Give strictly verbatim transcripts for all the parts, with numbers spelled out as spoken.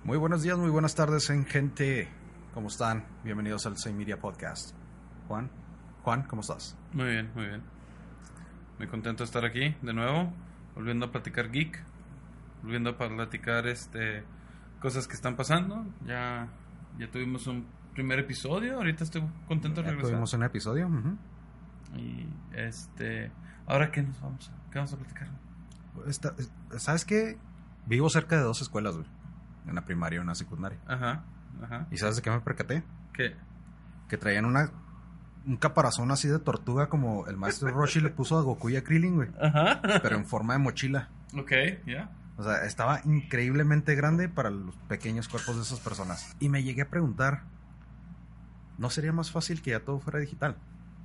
Muy buenos días, muy buenas tardes, en gente. ¿Cómo están? Bienvenidos al Say Media Podcast. Juan, Juan, ¿cómo estás? Muy bien, muy bien. Muy contento de estar aquí de nuevo, volviendo a platicar geek, volviendo a platicar este cosas que están pasando. Ya ya tuvimos un primer episodio, ahorita estoy contento de Ya regresar. tuvimos un episodio. Uh-huh. Y este, ahora qué nos vamos a, qué vamos a platicar. Esta, ¿Sabes qué? Vivo cerca de dos escuelas, güey. Una primaria y una secundaria. Ajá, ajá. ¿Y sabes de qué me percaté? ¿Qué? Que traían una un caparazón así de tortuga como el maestro Roshi le puso a Goku y a Krillin, güey. Ajá. Pero en forma de mochila. Ok, ya. Yeah. O sea, estaba increíblemente grande para los pequeños cuerpos de esas personas. Y me llegué a preguntar, ¿no sería más fácil que ya todo fuera digital?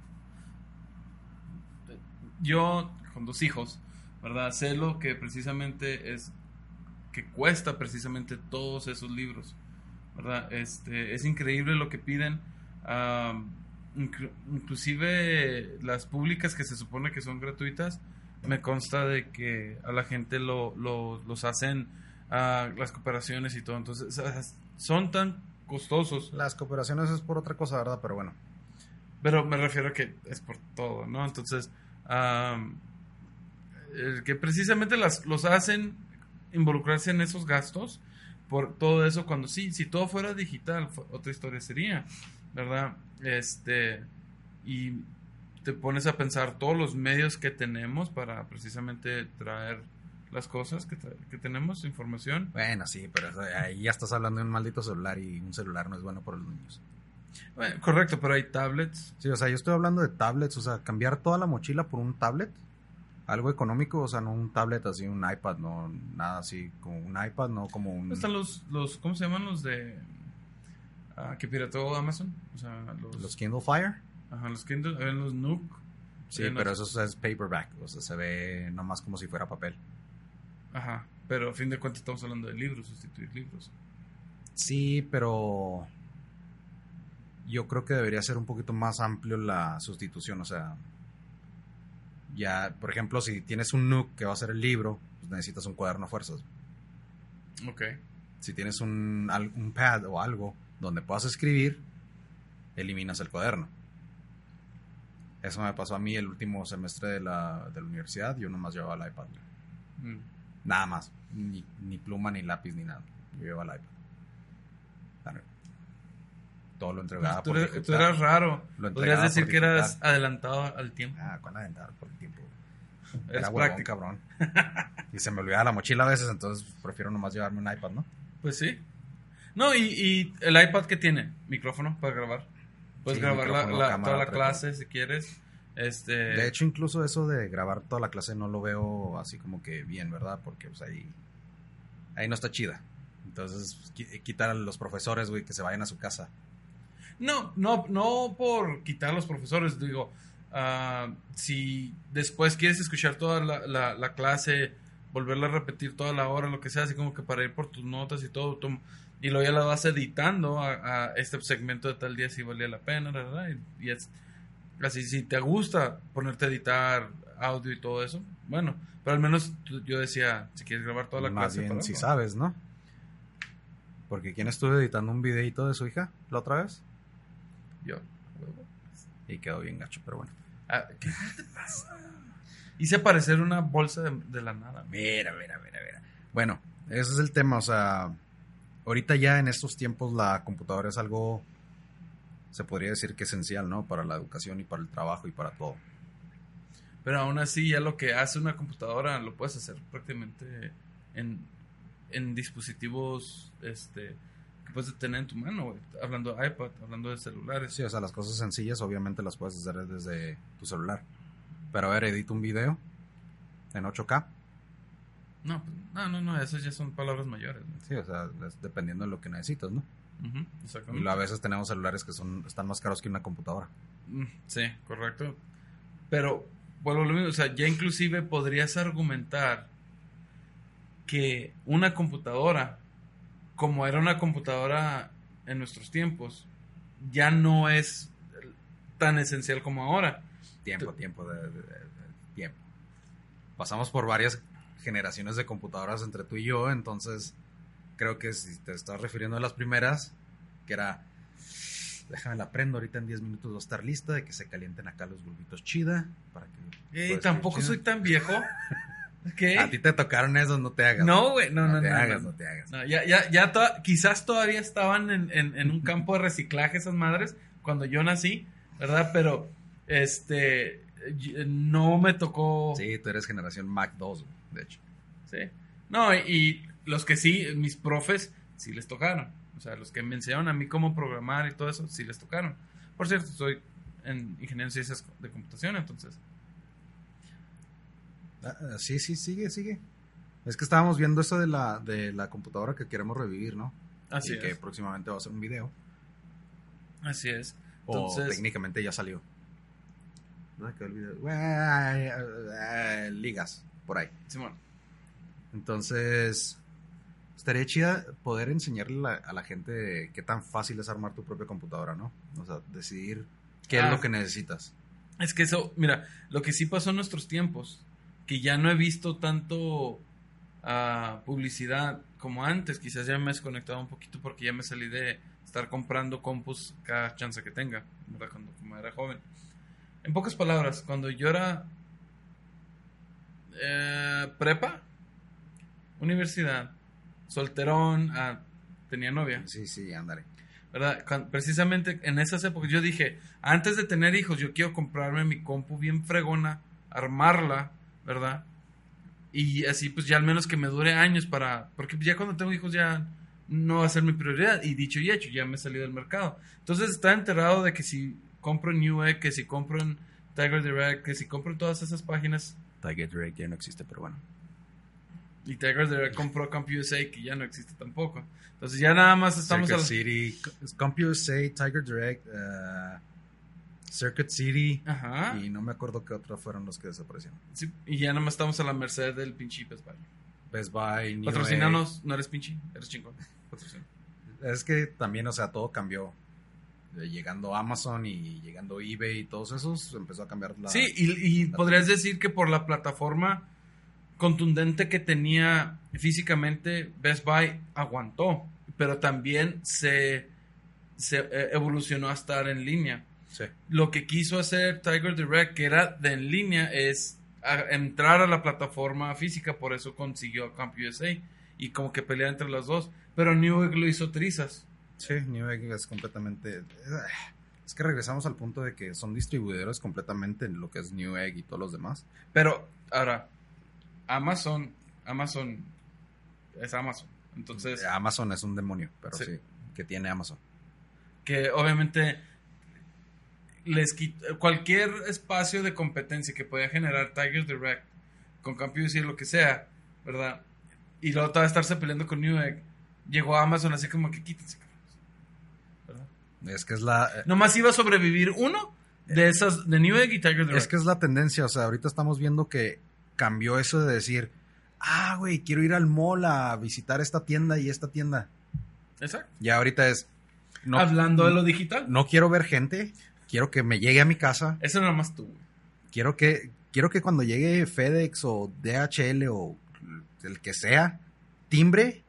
Yo, con dos hijos, ¿verdad? Sé lo que precisamente es, que cuesta precisamente todos esos libros, ¿verdad? Este, es increíble lo que piden. Um, inc- inclusive las públicas que se supone que son gratuitas, me consta de que a la gente lo, lo, los hacen uh, las cooperaciones y todo. Entonces, o sea, son tan costosos. Las cooperaciones es por otra cosa, ¿verdad? Pero bueno. Pero me refiero a que es por todo, ¿no? Entonces, um, el que precisamente las, los hacen involucrarse en esos gastos por todo eso, cuando sí, si todo fuera digital, otra historia sería, ¿verdad? Este, y te pones a pensar todos los medios que tenemos para precisamente traer las cosas que, tra- que tenemos, información. Bueno, sí, pero ahí ya estás hablando de un maldito celular y un celular no es bueno por los niños. Bueno, correcto, pero hay tablets. Sí, o sea, yo estoy hablando de tablets, o sea, cambiar toda la mochila por un tablet, algo económico, o sea, no un tablet así, un iPad, no, nada así, como un iPad, no como un... Están los, los ¿cómo se llaman los de... Uh, que pirató Amazon? O sea, los... Los Kindle Fire. Ajá, los Kindle, eh, los Nook. Sí, eh, pero los... eso es paperback, o sea, se ve nomás como si fuera papel. Ajá, pero a fin de cuentas estamos hablando de libros, sustituir libros. Sí, pero yo creo que debería ser un poquito más amplio la sustitución, o sea, ya, por ejemplo, si tienes un Nook que va a ser el libro, pues necesitas un cuaderno a fuerzas. Ok. Si tienes un, un pad o algo donde puedas escribir, eliminas el cuaderno. Eso me pasó a mí el último semestre de la, de la universidad. Yo nomás llevaba el iPad. Mm. Nada más. Ni, ni pluma, ni lápiz, ni nada. Yo llevaba el iPad. Claro. Todo lo entregaba pues tú por eras, digital. Tú eras raro. Podrías decir que eras adelantado al tiempo. Ah, ¿cuál adelantado por el tiempo? Eres Era huevón, cabrón. Y se me olvidaba la mochila a veces, entonces prefiero nomás llevarme un iPad, ¿no? Pues sí. No, y, y el iPad que tiene micrófono para grabar. Puedes sí, grabar la, la, cámara, toda la clase si quieres. Este... De hecho, incluso eso de grabar toda la clase no lo veo así como que bien, ¿verdad? Porque pues ahí, ahí no está chida. Entonces, quitar a los profesores, güey, que se vayan a su casa. No, no, no por quitar a los profesores, digo, uh, si después quieres escuchar toda la, la, la clase, volverla a repetir toda la hora, lo que sea, así como que para ir por tus notas y todo, tú, y luego ya la vas editando a, a este segmento de tal día si valía la pena, ¿verdad? Y, y es, así, si te gusta ponerte a editar audio y todo eso, bueno, pero al menos yo decía, si quieres grabar toda la Más clase. Más bien, si ¿no? sabes, ¿no? Porque ¿quién estuvo editando un videito de su hija la otra vez? Yo. Y quedó bien gacho, pero bueno. Ah, ¿qué te pasa? Hice parecer una bolsa de, de la nada. Mira, mira, mira, mira. Bueno, ese es el tema, o sea, ahorita ya en estos tiempos la computadora es algo, se podría decir que esencial, ¿no? Para la educación y para el trabajo y para todo. Pero aún así ya lo que hace una computadora lo puedes hacer prácticamente en, en dispositivos este que puedes tener en tu mano, güey. Hablando de iPad, hablando de celulares. Sí, o sea, las cosas sencillas obviamente las puedes hacer desde tu celular. Pero a ver, edita un video en ocho K. No, pues, no, no, no, esas ya son palabras mayores, ¿no? Sí, o sea, es dependiendo de lo que necesitas, ¿no? Uh-huh, exactamente. Y a veces tenemos celulares que son están más caros que una computadora. Sí, correcto. Pero, vuelvo a lo mismo, o sea, ya inclusive podrías argumentar que una computadora, como era una computadora en nuestros tiempos, ya no es tan esencial como ahora. Tiempo, tiempo, de, de, de, de tiempo. Pasamos por varias generaciones de computadoras entre tú y yo, entonces creo que si te estás refiriendo a las primeras, que era, déjame la prendo, ahorita en diez minutos va a estar lista, de que se calienten acá los bulbitos chida. Para que Ey, tampoco soy tan viejo. ¿Qué? A ti te tocaron esos, no te hagas. No, güey, no, no, no. te no, hagas, no, no te hagas. No, ya, ya, ya, to- quizás todavía estaban en, en, en un campo de reciclaje esas madres cuando yo nací, ¿verdad? Pero, este, y- no me tocó. Sí, tú eres generación Mac dos, de hecho. Sí. No, y, y los que sí, mis profes, sí les tocaron. O sea, los que me enseñaron a mí cómo programar y todo eso, sí les tocaron. Por cierto, soy en ingeniero en ciencias de computación, entonces. Ah, sí, sí, sigue, sigue. Es que estábamos viendo eso de la, de la computadora que queremos revivir, ¿no? Así y es. que próximamente va a ser un video. Así es. O Entonces, técnicamente ya salió. No, que el video. Eh, eh, ligas, por ahí. Simón. Entonces, estaría chida poder enseñarle la- a la gente qué tan fácil es armar tu propia computadora, ¿no? O sea, decidir qué Ah. es lo que necesitas. Es que eso, mira, lo que sí pasó en nuestros tiempos, que ya no he visto tanto ah, publicidad como antes, quizás ya me he desconectado un poquito porque ya me salí de estar comprando compus cada chance que tenga, ¿verdad? Cuando como era joven. En pocas palabras, cuando yo era eh, prepa, universidad, solterón, ah, tenía novia. Sí, sí, ándale. ¿Verdad? Cuan- precisamente en esas épocas yo dije, antes de tener hijos, yo quiero comprarme mi compu bien fregona, armarla, ¿verdad? Y así pues ya al menos que me dure años para, porque ya cuando tengo hijos ya no va a ser mi prioridad, y dicho y hecho, ya me salí del mercado. Entonces está enterado de que si compro en Newegg, que si compro en Tiger Direct, que si compro en todas esas páginas, Tiger Direct ya no existe, pero bueno. y Tiger Direct compró CompUSA, que ya no existe tampoco. Entonces ya nada más estamos Circuit a la- City, CompUSA, Tiger Direct, uh, Circuit City, Ajá. y no me acuerdo qué otros fueron los que desaparecieron. Sí, y ya nada más estamos a la merced del pinche Best Buy. Best Buy, Newegg. Patrocinanos, no eres pinche, eres chingón. Patrocina. Es que también, o sea, todo cambió. Eh, Llegando Amazon y llegando eBay y todos esos, empezó a cambiar la... Sí, y, y la podrías decir que por la plataforma contundente que tenía físicamente, Best Buy aguantó, pero también se, se eh, evolucionó a estar en línea. Sí. Lo que quiso hacer Tiger Direct, que era de en línea, es a- entrar a la plataforma física, por eso consiguió CompUSA y como que pelear entre las dos. Pero Newegg lo hizo trizas. Sí, Newegg es completamente... Es que regresamos al punto de que son distribuidores completamente en lo que es Newegg y todos los demás. Pero ahora, Amazon, Amazon es Amazon. Entonces, Amazon es un demonio, pero Sí. sí, que tiene Amazon. que obviamente les quit- cualquier espacio de competencia que podía generar Tiger Direct con CompUSA y lo que sea, ¿verdad? Y luego todavía estarse peleando con Newegg, llegó a Amazon así como que quítense, cabrones, ¿verdad? Es que es la... eh, Nomás iba a sobrevivir uno de esas, de Newegg y Tiger Direct. Es que es la tendencia, o sea, ahorita estamos viendo que cambió eso de decir, ah, güey, quiero ir al mall a visitar esta tienda y esta tienda. Exacto. Ya ahorita es... No, Hablando de lo digital. no quiero ver gente, quiero que me llegue a mi casa, Eso nada más tú, güey. quiero que, quiero que cuando llegue FedEx o D H L o el que sea, timbre,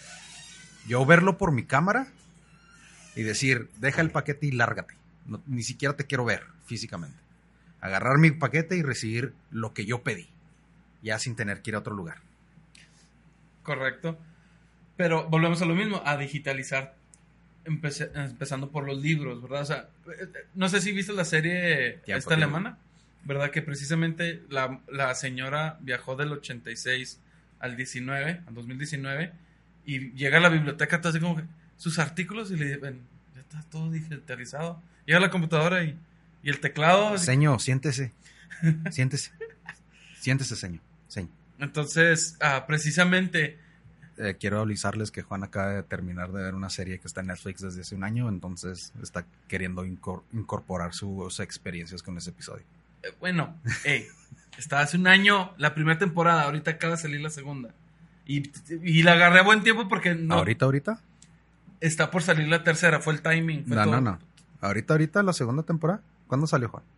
yo verlo por mi cámara y decir, deja el paquete y lárgate. No, ni siquiera te quiero ver físicamente. Agarrar mi paquete y recibir lo que yo pedí, ya sin tener que ir a otro lugar. Correcto. Pero volvemos a lo mismo, a digitalizar, empece- empezando por los libros, ¿verdad? O sea, eh, eh, no sé si viste la serie Tiempo, esta tiempo. alemana, ¿verdad? Que precisamente la, la señora viajó del ochenta y seis al diecinueve, al dos mil diecinueve, y llega a la biblioteca, todo así como que sus artículos, y le dicen, ya está todo digitalizado. Llega a la computadora y, y el teclado. así- Señor, siéntese. Siéntese. Siéntese, señor. Señor. Entonces, ah, precisamente... Eh, quiero avisarles que Juan acaba de terminar de ver una serie que está en Netflix desde hace un año, entonces está queriendo incor- incorporar sus experiencias con ese episodio. Eh, Bueno, hey, está hace un año la primera temporada, ahorita acaba de salir la segunda. Y, y la agarré a buen tiempo porque no ¿Ahorita, ahorita? está por salir la tercera, fue el timing. Fue No, todo. no, no. ¿Ahorita, ahorita la segunda temporada? ¿Cuándo salió, Juan?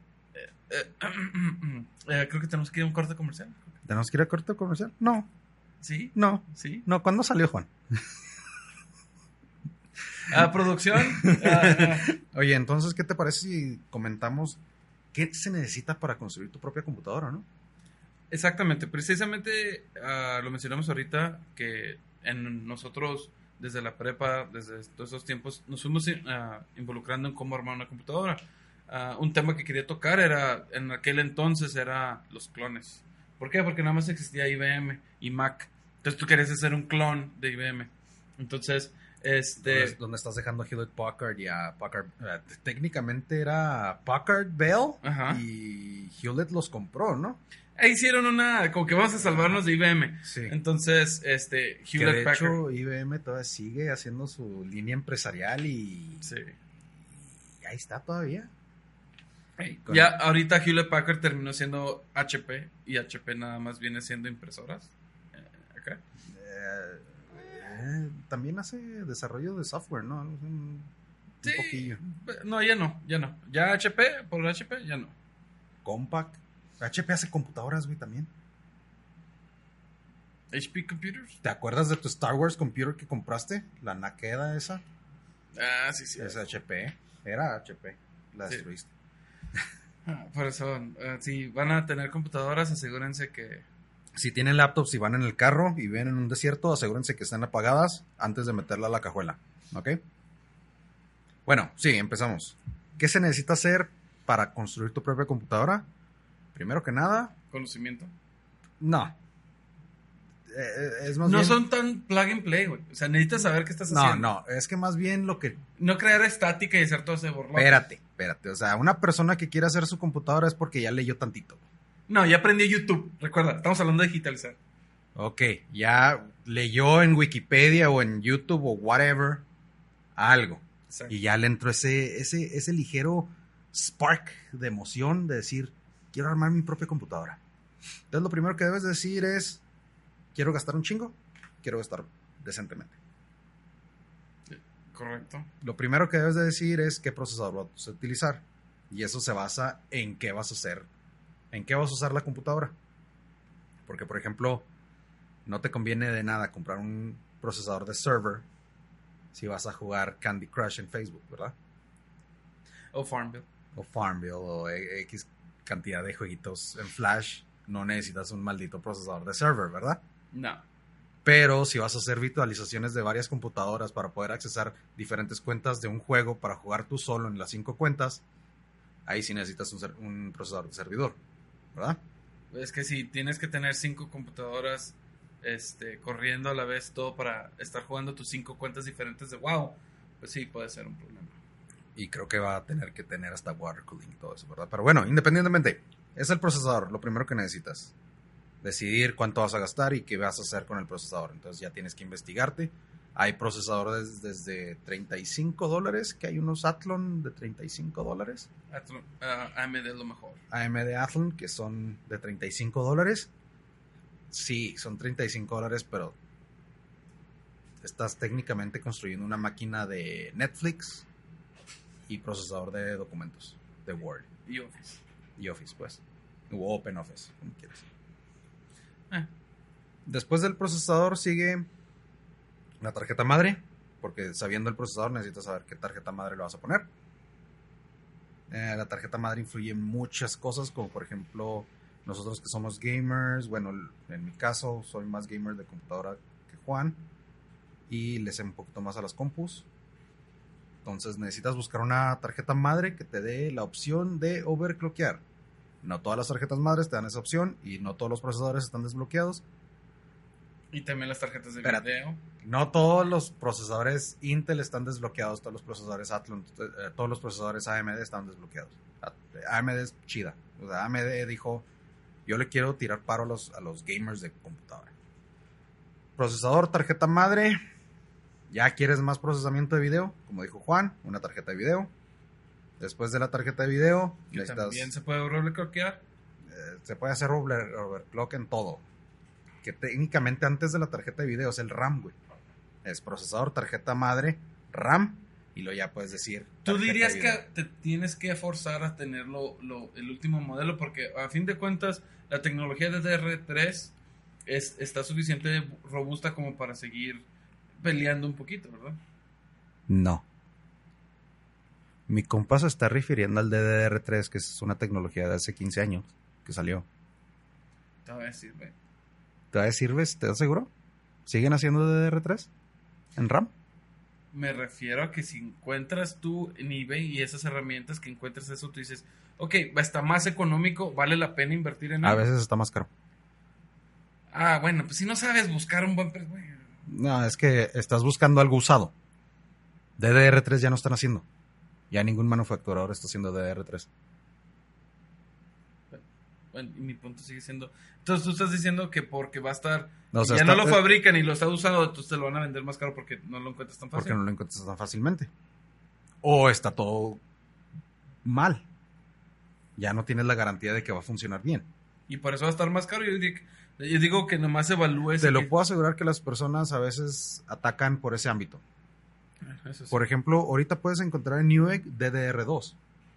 Eh, creo que tenemos que ir a un corte comercial. ¿Tenemos que ir a corte comercial? No. ¿Sí? No. ¿Sí? No, ¿cuándo salió, Juan? Ah, producción. Ah, Oye, entonces, ¿qué te parece si comentamos qué se necesita para construir tu propia computadora, no? exactamente. Precisamente ah, lo mencionamos ahorita que en nosotros desde la prepa, desde todos esos tiempos, nos fuimos ah, involucrando en cómo armar una computadora. Ah, un tema que quería tocar era, en aquel entonces, era los clones. ¿Por qué? Porque nada más existía I B M y Mac. Entonces tú querías hacer un clon de I B M. Entonces, este... Donde, donde estás dejando a Hewlett Packard y a Packard. eh, técnicamente era Packard Bell Ajá. y Hewlett los compró, ¿no? Ahí hicieron una, como que vamos a salvarnos de I B M. Sí. Entonces, este, Que Hewlett de Packard. hecho I B M todavía sigue haciendo su línea empresarial y, Sí. y ahí está todavía. Hey, Con- ya ahorita Hewlett Packard terminó siendo H P y H P nada más viene siendo impresoras. Eh, acá. Eh, eh, también hace desarrollo de software, ¿no? Un, un Sí. poquillo. No, ya no, ya no. Ya H P, por H P, ya no. Compaq. H P hace computadoras, güey, también. H P Computers. ¿Te acuerdas de tu Star Wars computer que compraste? La Nakeda esa. Ah, sí, sí. Es H P. Era H P. La Sí. destruiste. Ah, por eso, eh, si van a tener computadoras, asegúrense que... Si tienen laptops y van en el carro y ven en un desierto, asegúrense que estén apagadas antes de meterla a la cajuela. ¿Ok? Bueno, sí, empezamos. ¿Qué se necesita hacer para construir tu propia computadora? Primero que nada, Conocimiento. no. Eh, es más No bien... son tan plug and play, güey. O sea, necesitas saber qué estás No, haciendo. no, es que más bien lo que... No crear estática y hacer todo ese borlón. Espérate, espérate. O sea, una persona que quiere hacer su computadora es porque ya leyó tantito. No, ya aprendí YouTube. Recuerda, estamos hablando de digitalizar. Ok, ya leyó en Wikipedia o en YouTube o whatever algo. Exacto. Y ya le entró ese, ese, ese ligero spark de emoción de decir, quiero armar mi propia computadora. Entonces lo primero que debes decir es, quiero gastar un chingo, quiero gastar decentemente. Correcto. Lo primero que debes de decir es qué procesador vas a utilizar. Y eso se basa en qué vas a hacer, en qué vas a usar la computadora. Porque, por ejemplo, no te conviene de nada comprar un procesador de server si vas a jugar Candy Crush en Facebook, ¿verdad? O Farmville. O Farmville o X cantidad de jueguitos en Flash. No necesitas un maldito procesador de server, ¿verdad? No. Pero si vas a hacer virtualizaciones de varias computadoras para poder accesar diferentes cuentas de un juego para jugar tú solo en las cinco cuentas, ahí sí necesitas un, ser- un procesador de servidor, ¿verdad? Es que si tienes que tener cinco computadoras este, corriendo a la vez todo para estar jugando tus cinco cuentas diferentes de WoW, pues sí, puede ser un problema. Y creo que va a tener que tener hasta water cooling y todo eso, ¿verdad? Pero bueno, independientemente, es el procesador, lo primero que necesitas. Decidir cuánto vas a gastar y qué vas a hacer con el procesador. Entonces ya tienes que investigarte. Hay procesadores desde treinta y cinco dólares, que hay unos Athlon de treinta y cinco dólares. Athlon- ah, A M D es lo mejor. A M D Athlon, que son de treinta y cinco dólares. Sí, son treinta y cinco dólares, pero estás técnicamente construyendo una máquina de Netflix y procesador de documentos, de Word Y Office. y Office, pues. O OpenOffice, como quieras. Eh, Después del procesador sigue la tarjeta madre, porque sabiendo el procesador necesitas saber qué tarjeta madre le vas a poner. Eh, la tarjeta madre influye en muchas cosas, como por ejemplo nosotros que somos gamers. Bueno, en mi caso soy más gamer de computadora que Juan y le sé un poquito más a las compus. Entonces necesitas buscar una tarjeta madre que te dé la opción de overclockear. No todas las tarjetas madres te dan esa opción y no todos los procesadores están desbloqueados. y también las tarjetas de Espérate. video. No todos los procesadores Intel están desbloqueados, todos los procesadores Athlon, eh, todos los procesadores A M D están desbloqueados. A M D es chida. O sea, A M D dijo, yo le quiero tirar paro a los, a los gamers de computadora. Procesador, tarjeta madre. Ya quieres más procesamiento de video, como dijo Juan, una tarjeta de video. Después de la tarjeta de video, Que necesitas, también se puede overclockear. eh, se puede hacer over- overclock en todo. Que técnicamente antes de la tarjeta de video es el RAM, güey. Es procesador, tarjeta madre, RAM, y luego ya puedes decir... Tú tarjeta dirías de que video. te tienes que forzar a tener lo- lo- el último modelo porque a fin de cuentas la tecnología de D D R tres es, está suficiente robusta como para seguir peleando un poquito, ¿verdad? No. Mi compa se está refiriendo al D D R tres, que es una tecnología de hace quince años que salió. Todavía sirve. ¿Todavía sirve? ¿Estás seguro? ¿Siguen haciendo D D R tres en RAM? Me refiero a que si encuentras tú en eBay y esas herramientas que encuentras eso, tú dices, ok, está más económico, vale la pena invertir en A algo. veces está más caro. Ah, bueno, pues si no sabes buscar un buen precio. No, es que estás buscando algo usado. D D R tres ya no están haciendo. Ya ningún manufacturador está haciendo D D R tres. Bueno, y mi punto sigue siendo... Entonces tú estás diciendo que porque va a estar... O sea, ya está- no lo fabrican y lo está usando, entonces te lo van a vender más caro porque no lo encuentras tan fácil. Porque no lo encuentras tan fácilmente. O está todo mal. Ya no tienes la garantía de que va a funcionar bien. Y por eso va a estar más caro. Yo digo, yo digo que nomás evalúes... Te lo que... puedo asegurar que las personas a veces atacan por ese ámbito. Eso sí. Por ejemplo, ahorita puedes encontrar en Newegg D D R dos.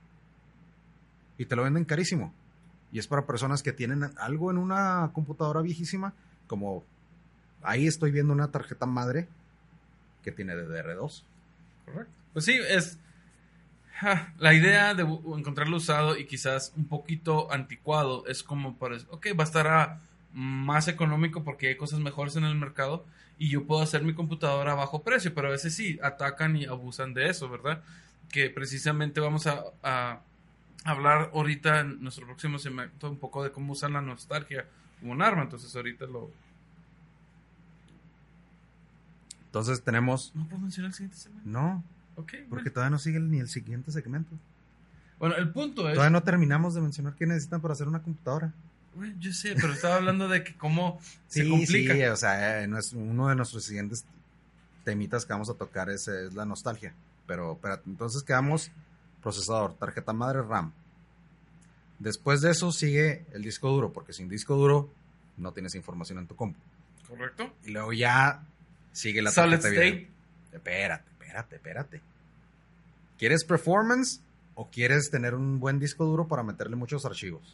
Y te lo venden carísimo. Y es para personas que tienen algo en una computadora viejísima, como ahí estoy viendo una tarjeta madre que tiene D D R dos. Correcto. Pues sí, es ja, la idea de bu- encontrarlo usado y quizás un poquito anticuado es como para, ok, va a estar a más económico porque hay cosas mejores en el mercado y yo puedo hacer mi computadora a bajo precio, pero a veces sí, atacan y abusan de eso, ¿verdad? Que precisamente vamos a, a hablar ahorita en nuestro próximo segmento un poco de cómo usan la nostalgia como un arma, entonces ahorita lo... Entonces tenemos... ¿No puedo mencionar el siguiente segmento? No, Ok, porque bueno. todavía no sigue ni el siguiente segmento. Bueno, el punto es... Todavía no terminamos de mencionar qué necesitan para hacer una computadora. Güey, yo sé, pero estaba hablando de que cómo se Sí, complica. sí, o sea, eh, no es- uno de nuestros siguientes temitas que vamos a tocar es, es la nostalgia. Pero espérate, entonces quedamos procesador, tarjeta madre, RAM. Después de eso sigue el disco duro, porque sin disco duro no tienes información en tu compu. ¿Correcto? Y luego ya sigue la Solid tarjeta de video. state. Espérate, espérate, espérate. ¿Quieres performance o quieres tener un buen disco duro para meterle muchos archivos?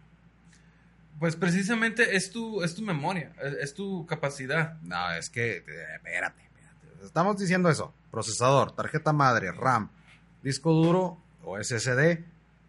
Pues precisamente es tu, es tu memoria, es, es tu capacidad. No, es que, eh, espérate, espérate. Estamos diciendo eso. Procesador, tarjeta madre, RAM, disco duro o S S D.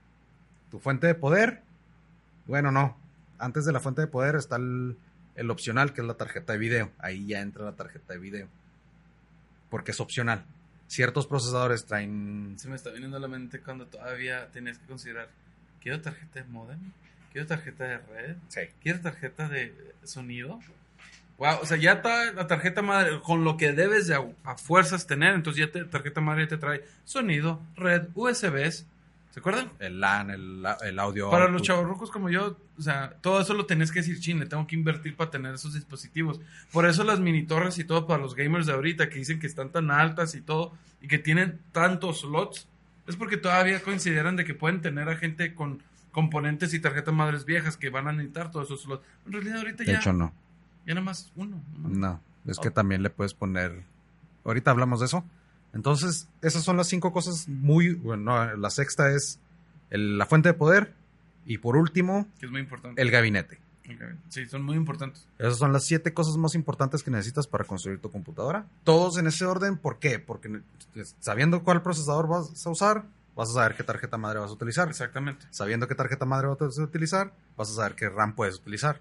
Tu fuente de poder. Bueno, no. Antes de la fuente de poder está el, el opcional, que es la tarjeta de video. Ahí ya entra la tarjeta de video. Porque es opcional. Ciertos procesadores traen... Se me está viniendo a la mente cuando todavía tenías que considerar, ¿quiero tarjeta de modem? ¿Quiero tarjeta de red? Sí. ¿Quiero tarjeta de sonido? Wow, o sea, ya está la tarjeta madre con lo que debes de a, a fuerzas tener. Entonces ya te, tarjeta madre ya te trae sonido, red, U S Bs. ¿Se acuerdan? El LAN, el, el audio. Para output. los chavorrucos como yo, o sea, todo eso lo tenés que decir, chin, le tengo que invertir para tener esos dispositivos. Por eso las mini torres y todo para los gamers de ahorita que dicen que están tan altas y todo, y que tienen tantos slots, es porque todavía consideran de que pueden tener a gente con componentes y tarjetas madres viejas que van a necesitar todos esos slots. En realidad ahorita De ya, hecho, no. ya nada más uno. nomás. No. Es que Oh. también le puedes poner... Ahorita hablamos de eso. Entonces, esas son las cinco cosas muy... Bueno, no, la sexta es el- la fuente de poder. Y por último, Que es muy importante. el gabinete. Ok, sí, son muy importantes. Esas son las siete cosas más importantes que necesitas para construir tu computadora. Todos en ese orden. ¿Por qué? Porque ne- sabiendo cuál procesador vas a usar, vas a saber qué tarjeta madre vas a utilizar. Exactamente. Sabiendo qué tarjeta madre vas a utilizar, vas a saber qué RAM puedes utilizar.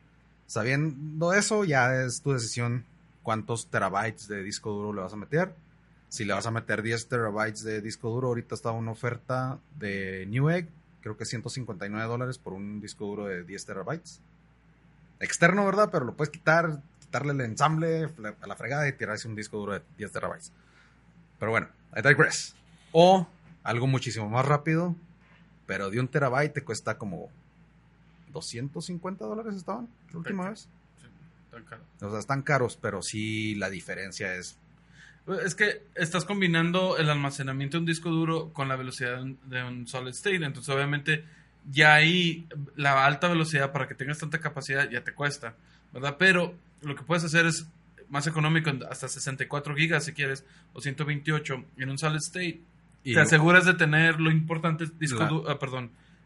Sabiendo eso, ya es tu decisión cuántos terabytes de disco duro le vas a meter. Si le vas a meter diez terabytes de disco duro, ahorita está una oferta de Newegg, creo que ciento cincuenta y nueve dólares por un disco duro de diez terabytes. Externo, ¿verdad? Pero lo puedes quitar, quitarle el ensamble a la fregada y tirarse un disco duro de diez terabytes. Pero bueno, I digress. O algo muchísimo más rápido, pero de un terabyte te cuesta como doscientos cincuenta dólares estaban la última Perfecto. vez. Sí, tan caro. O sea, están caros, pero sí la diferencia es... Es que estás combinando el almacenamiento de un disco duro con la velocidad de un, de un solid state. Entonces, obviamente, ya ahí la alta velocidad para que tengas tanta capacidad ya te cuesta, ¿verdad? Pero lo que puedes hacer es más económico, hasta sesenta y cuatro gigas si quieres, o ciento veintiocho en un solid state. Y te aseguras de tener lo importante, disco La- du- ah, perdón,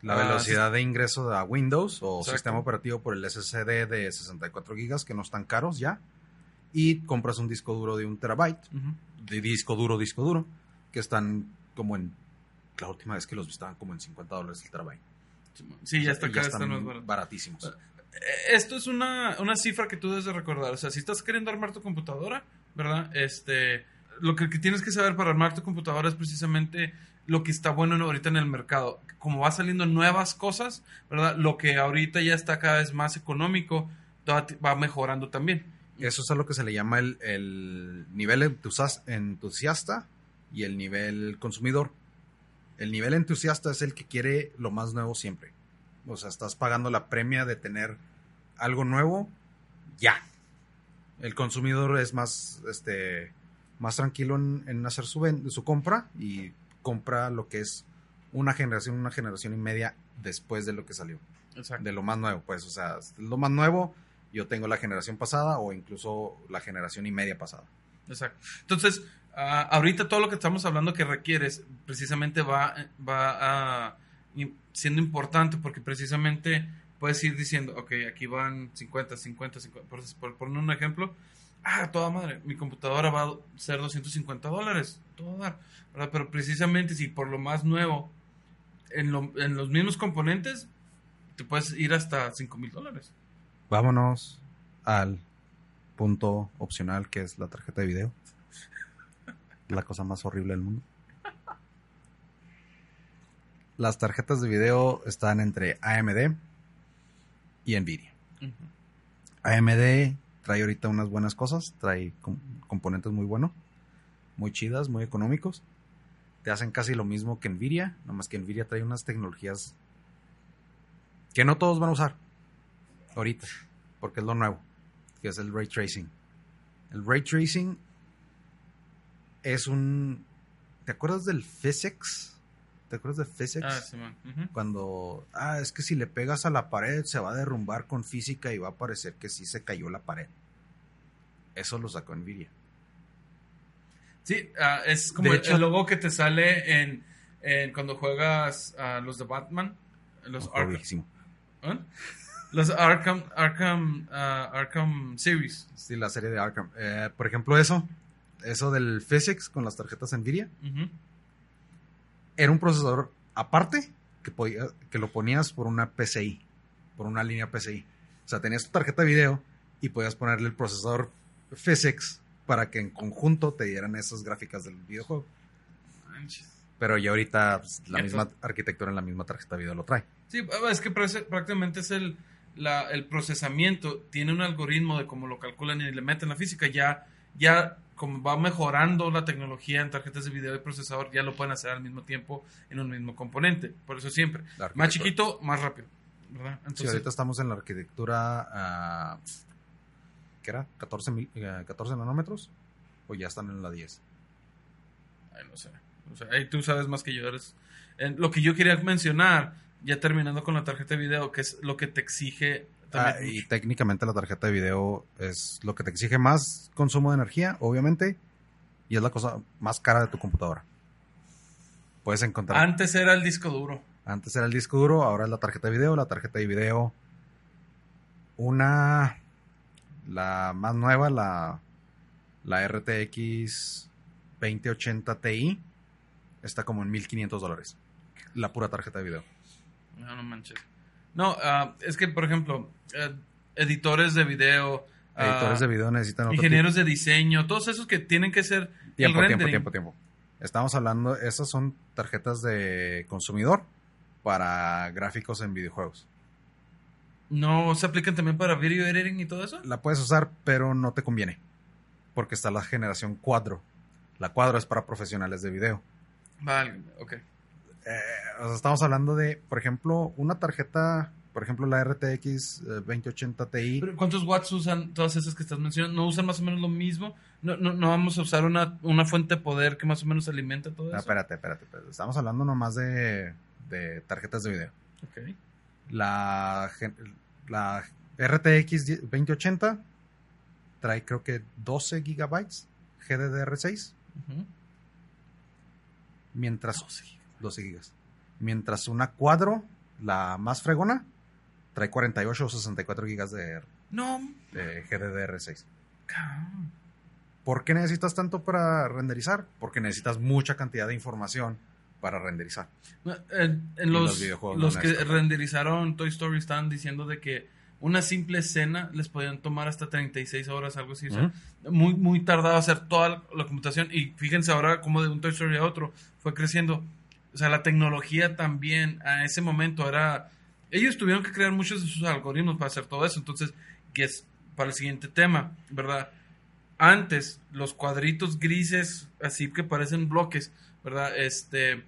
La Ah, velocidad de ingreso a Windows o Exacto. sistema operativo por el S S D de sesenta y cuatro gigas, que no están caros ya. Y compras un disco duro de un terabyte, Ujú. de disco duro, disco duro, que están como en... La última vez que los vi estaban como en cincuenta dólares el terabyte. Sí, ya O sea, está y acá, están están más baratos. baratísimos. Eh, Esto es una, una cifra que tú debes de recordar. O sea, si estás queriendo armar tu computadora, ¿verdad? Este, lo que, que tienes que saber para armar tu computadora es precisamente lo que está bueno ahorita en el mercado. Como va saliendo nuevas cosas, ¿verdad? Lo que ahorita ya está cada vez más económico, todo va mejorando también. Eso es a lo que se le llama el, el nivel entusias- entusiasta y el nivel consumidor. El nivel entusiasta es el que quiere lo más nuevo siempre. O sea, estás pagando la premia de tener algo nuevo ya. El consumidor es más, este, más tranquilo en, en hacer su, ven- su compra y compra lo que es una generación, una generación y media después de lo que salió. Exacto. De lo más nuevo, pues, o sea, lo más nuevo, yo tengo la generación pasada o incluso la generación y media pasada. Exacto. Entonces, ah, ahorita todo lo que estamos hablando que requieres precisamente va, va a, y- siendo importante porque precisamente puedes ir diciendo, ok, aquí van cincuenta, cincuenta, cincuenta, por, por poner un ejemplo, ah, toda madre, mi computadora va a ser doscientos cincuenta dólares, todo dar, ¿verdad? Pero precisamente si por lo más nuevo, en, lo- en los mismos componentes, te puedes ir hasta cinco mil dólares. Vámonos al punto opcional que es la tarjeta de video. La cosa más horrible del mundo. Las tarjetas de video están entre A M D y Nvidia. Ujú. A M D trae ahorita unas buenas cosas, trae com- componentes muy buenos, muy chidas, muy económicos. Te hacen casi lo mismo que Nvidia, nomás que Nvidia trae unas tecnologías que no todos van a usar ahorita, porque es lo nuevo, que es el ray tracing. El ray tracing es un... ¿Te acuerdas del physics? ¿Te acuerdas de physics? Ah, sí, man. Ujú. Cuando, ah, es que si le pegas a la pared se va a derrumbar con física y va a parecer que sí se cayó la pared. Eso lo sacó Nvidia. Sí, ah, es como De el, hecho- el logo que te sale en, en cuando juegas a los de Batman, los Un juego Arkham, viejísimo. ¿eh? Los Arkham, Arkham, ah, Arkham Series. Sí, la serie de Arkham. Eh, por ejemplo, eso, eso del physics con las tarjetas Nvidia, Ujú. era un procesador aparte que, podía, que lo ponías por una P C I, por una línea P C I. O sea, tenías tu tarjeta de video y podías ponerle el procesador physics para que en conjunto te dieran esas gráficas del videojuego. Manches. Pero ya ahorita pues, la Ya misma todo. arquitectura en la misma tarjeta de video lo trae. Sí, es que prece- prácticamente es el, la- el procesamiento, tiene un algoritmo de cómo lo calculan y le meten la física, ya, ya como va mejorando la tecnología en tarjetas de video y procesador, ya lo pueden hacer al mismo tiempo en un mismo componente, por eso siempre. La Más arquitectura. chiquito, más rápido, ¿verdad? Sí, Entonces, ahorita estamos en la arquitectura, ah, ¿qué era? catorce, mil- eh, catorce nanómetros, o ya están en la diez. ay, no sé, o sea, ahí tú sabes más que yo. Eres, en- lo que yo quería mencionar, ya terminando con la tarjeta de video, que es lo que te exige Ah, también. y técnicamente la tarjeta de video es lo que te exige más consumo de energía, obviamente, y es la cosa más cara de tu computadora. Puedes encontrar... Antes era el disco duro. Antes era el disco duro, ahora es la tarjeta de video. La tarjeta de video, una, la más nueva, la, la R T X veinte ochenta Ti, está como en mil quinientos dólares. La pura tarjeta de video. No, no manches. No, ah, es que, por ejemplo, eh, editores de video, ah, Editores de video necesitan otro ingenieros de diseño, todos esos que tienen que ser tipo- el tiempo, tiempo, rendering. tiempo, tiempo. Estamos hablando, esas son tarjetas de consumidor para gráficos en videojuegos. ¿No se aplican también para video editing y todo eso? La puedes usar, pero no te conviene. Porque está la generación Quadro. La Quadro es para profesionales de video. Vale, ok. Eh, o sea, estamos hablando de, por ejemplo, una tarjeta, por ejemplo, la R T X eh, veinte ochenta Ti. Pero ¿cuántos watts usan todas esas que estás mencionando? ¿No usan más o menos lo mismo? ¿No, no, no vamos a usar una, una fuente de poder que más o menos alimente todo Ah, eso? espérate, espérate, espérate. Estamos hablando nomás de, de tarjetas de video. Ok. La, gen- la R T X veinte ochenta trae creo que doce gigabytes G D D R seis, Ujú. mientras doce gigas. doce gigas. Mientras una Quadro, la más fregona, trae cuarenta y ocho o sesenta y cuatro gigas de, No. de G D D R seis. Cabrón. ¿Por qué necesitas tanto para renderizar? Porque necesitas mucha cantidad de información para renderizar. En, en Y los, los videojuegos los no que necesitan. renderizaron Toy Story estaban diciendo de que una simple escena les podían tomar hasta treinta y seis horas, algo así. O sea, muy, muy tardado hacer toda la, la computación. Y fíjense ahora cómo de un Toy Story a otro fue creciendo. O sea, la tecnología también a ese momento era... Ellos tuvieron que crear muchos de sus algoritmos para hacer todo eso. Entonces, que es para el siguiente tema, ¿verdad? Antes, los cuadritos grises, así que parecen bloques, ¿verdad? Este,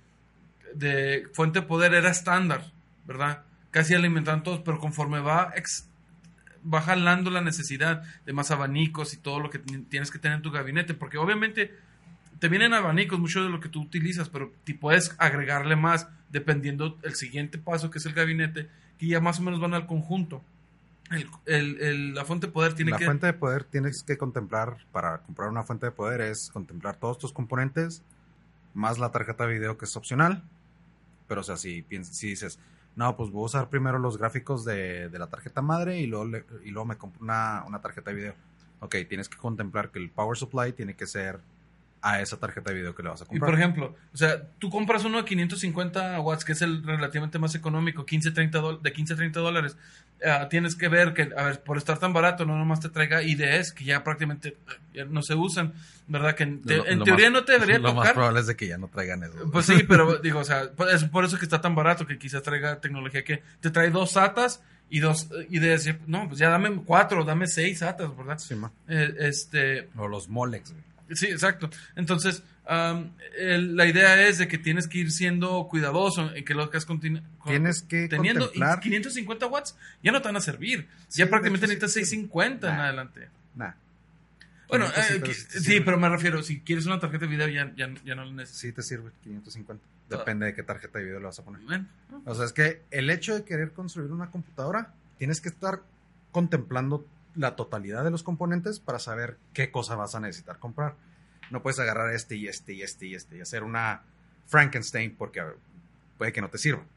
de fuente de poder era estándar, ¿verdad? Casi alimentaban todos, pero conforme va, ex, va jalando la necesidad de más abanicos y todo lo que t- tienes que tener en tu gabinete, porque obviamente te vienen abanicos, mucho de lo que tú utilizas, pero te puedes agregarle más dependiendo el siguiente paso, que es el gabinete, que ya más o menos van al conjunto. El, el, el, la fuente de poder tiene la que... fuente de poder tienes que contemplar, para comprar una fuente de poder, es contemplar todos tus componentes, más la tarjeta de video que es opcional. Pero o sea, si, piensas, si dices, no, pues voy a usar primero los gráficos de, de la tarjeta madre y luego, le, y luego me compro una, una tarjeta de video. Ok, tienes que contemplar que el power supply tiene que ser a esa tarjeta de video que le vas a Y comprar. por ejemplo, o sea, tú compras uno de quinientos cincuenta watts, que es el relativamente más económico, quince, treinta do- de quince a treinta dólares. Uh, tienes que ver que, a ver, por estar tan barato, no nomás te traiga I D Es, que ya prácticamente uh, ya no se usan, ¿verdad? Que te, Lo- en lo teoría más- no te debería Lo más tocar. probable es de que ya no traigan eso. Pues sí, pero digo, o sea, pues es por eso que está tan barato, que quizás traiga tecnología que te trae dos SATAs y dos uh, I D Es. No, pues ya dame cuatro, dame seis SATAs, ¿verdad? Sí, ma. Eh, este... O los Molex, güey. Sí, exacto. Entonces, um, el- la idea es de que tienes que ir siendo cuidadoso en que lo que has continu- con- Tienes que teniendo contemplar- y quinientos cincuenta watts ya no te van a servir. Sí, Ya de prácticamente hecho, sí necesitas te seiscientos cincuenta en Nah. adelante. Nah. Bueno, quinientos sí eh, te- que- sí te sí, sirve. pero me refiero, si quieres una tarjeta de video ya, ya, ya no lo necesitas. Sí te sirve quinientos cincuenta. Depende de qué tarjeta de video le vas a poner. Bueno, O sea, es que el hecho de querer construir una computadora, tienes que estar contemplando la totalidad de los componentes para saber qué cosa vas a necesitar comprar. No puedes agarrar este y este y este y este y hacer una Frankenstein porque a ver, puede que no te sirva.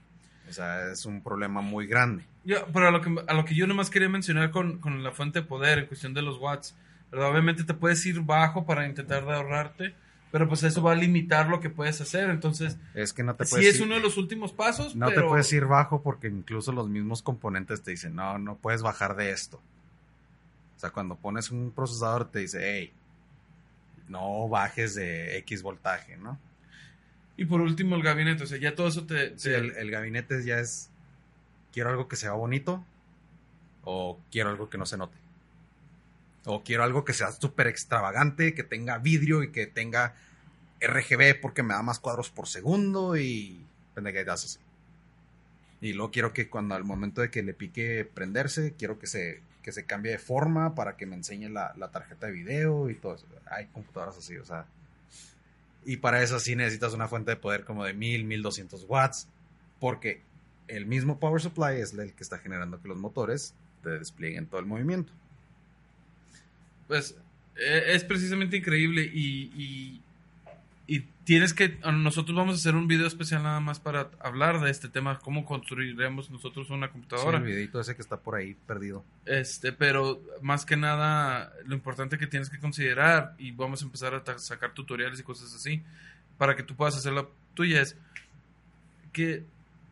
O sea, es un problema muy grande. yo, pero a lo que, a lo que yo nomás quería mencionar con, con la fuente de poder en cuestión de los watts, ¿verdad? Obviamente te puedes ir bajo para intentar de ahorrarte, pero pues eso va a limitar lo que puedes hacer. Entonces, Es que no te sí puedes es ir, uno de los últimos pasos, no pero... te puedes ir bajo porque incluso los mismos componentes te dicen, no, no puedes bajar de esto. O sea, cuando pones un procesador te dice, hey, no bajes de X voltaje, ¿no? Y por último el gabinete, o sea, ya todo eso te... Sí, te- el, el gabinete ya es, quiero algo que sea bonito o quiero algo que no se note. O quiero algo que sea súper extravagante, que tenga vidrio y que tenga R G B porque me da más cuadros por segundo y pendejadas así. Y luego quiero que cuando al momento de que le pique prenderse, quiero que se, que se cambie de forma para que me enseñe la, la tarjeta de video y todo eso. Hay computadoras así, o sea. Y para eso sí necesitas una fuente de poder como de mil, mil doscientos watts, porque el mismo power supply es el que está generando que los motores te desplieguen todo el movimiento. Pues eh, es precisamente increíble y, y, y tienes que... Nosotros vamos a hacer un video especial nada más para hablar de este tema, cómo construiremos nosotros una Sí, computadora. el videito ese que está por ahí perdido. Este, pero más que nada, lo importante que tienes que considerar, y vamos a empezar a ta- sacar tutoriales y cosas así, para que tú puedas hacer la tuya, es que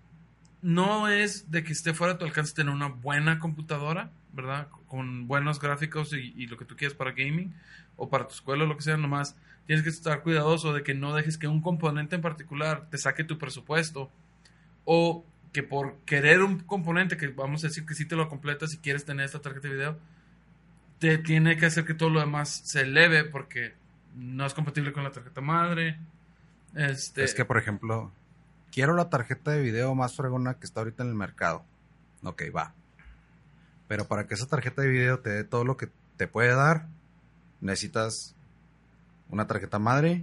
no es de que esté fuera de tu alcance tener una buena computadora, ¿verdad? Con buenos gráficos y, y lo que tú quieras para gaming, o para tu escuela o lo que sea, nomás tienes que estar cuidadoso de que no dejes que un componente en particular te saque tu presupuesto, o que por querer un componente que vamos a decir que sí te lo completas si quieres tener esta tarjeta de video, te tiene que hacer que todo lo demás se eleve porque no es compatible con la tarjeta madre. Este, Es que, por ejemplo, quiero la tarjeta de video más fregona que está ahorita en el mercado. Ok, va. Pero para que esa tarjeta de video te dé todo lo que te puede dar, necesitas una tarjeta madre